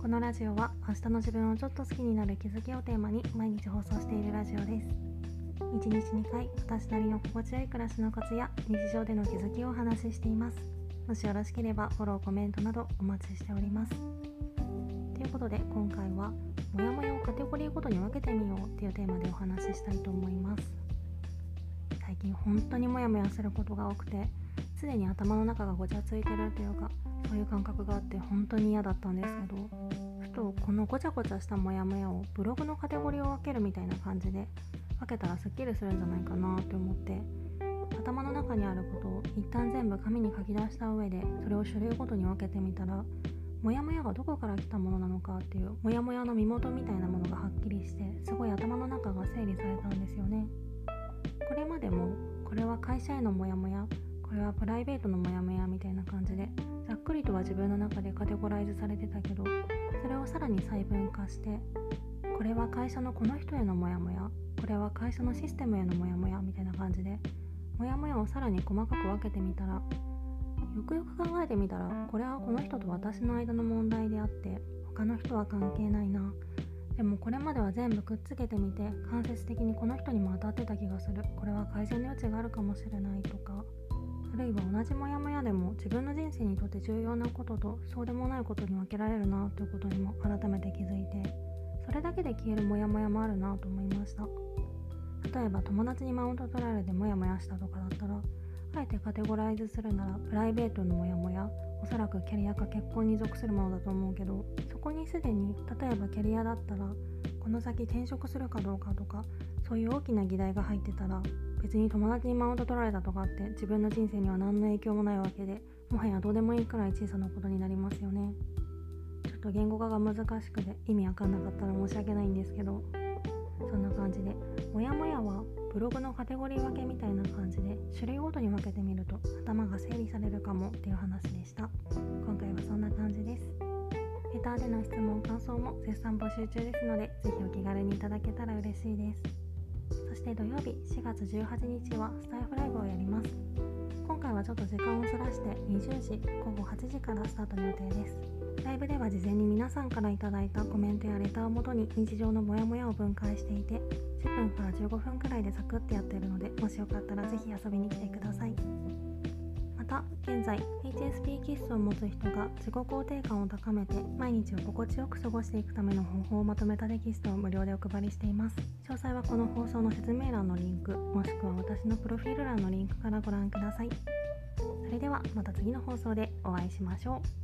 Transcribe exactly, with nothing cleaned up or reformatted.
このラジオは明日の自分をちょっと好きになる気づきをテーマに毎日放送しているラジオです。いちにちにかい、私なりの心地よい暮らしのコツや日常での気づきをお話ししています。もしよろしければフォロー、コメントなどお待ちしております。ということで今回はモヤモヤをカテゴリーごとに分けてみようっていうテーマでお話ししたいと思います。最近本当にモヤモヤすることが多くて、常に頭の中がごちゃついてるというか、そういう感覚があって本当に嫌だったんですけど、ふとこのごちゃごちゃしたモヤモヤをブログのカテゴリーを分けるみたいな感じで分けたらスッキリするんじゃないかなって思って、頭の中にあることを一旦全部紙に書き出した上でそれを種類ごとに分けてみたら、モヤモヤがどこから来たものなのかっていうモヤモヤの身元みたいなものがはっきりして、すごい頭の中が整理されたんですよね。これまでもこれは会社へのモヤモヤ、これはプライベートのモヤモヤみたいな感じでざっくりとは自分の中でカテゴライズされてたけど、それをさらに細分化して、これは会社のこの人へのモヤモヤ、これは会社のシステムへのモヤモヤみたいな感じでモヤモヤをさらに細かく分けてみたら、よくよく考えてみたら、これはこの人と私の間の問題であって他の人は関係ないな、でもこれまでは全部くっつけてみて間接的にこの人にも当たってた気がする、これは改善の余地があるかもしれないとか、あるいは同じモヤモヤでも自分の人生にとって重要なこととそうでもないことに分けられるなということにも改めて気づいて、それだけで消えるモヤモヤもあるなと思いました。例えば友達にマウント取られてモヤモヤしたとかだったら、あえてカテゴライズするならプライベートのモヤモヤ、おそらくキャリアか結婚に属するものだと思うけど、そこにすでに例えばキャリアだったらこの先転職するかどうかとか、そういう大きな議題が入ってたら、別に友達にマウント取られたとかって自分の人生には何の影響もないわけで、もはやどうでもいいくらい小さなことになりますよね。ちょっと言語化が難しくて意味わかんなかったら申し訳ないんですけど、そんな感じでモヤモヤはブログのカテゴリー分けみたいな感じで種類ごとに分けてみると頭が整理されるかもっていう話でした。今回はそんな感じです。レターでの質問感想も絶賛募集中ですので、ぜひお気軽にいただけたら嬉しいです。そして土曜日しがつじゅうはちにちはスタイフライブをやります。今回はちょっと時間をずらしてにじゅうじごごはちじからスタートの予定です。ライブでは事前に皆さんからいただいたコメントやレターをもとに日常のモヤモヤを分解していて、じゅっぷんからじゅうごふんくらいでサクッとやっているので、もしよかったらぜひ遊びに来てください。また現在 エイチエスピー 気質を持つ人が自己肯定感を高めて毎日を心地よく過ごしていくための方法をまとめたテキストを無料でお配りしています。詳細はこの放送の説明欄のリンク、もしくは私のプロフィール欄のリンクからご覧ください。それではまた次の放送でお会いしましょう。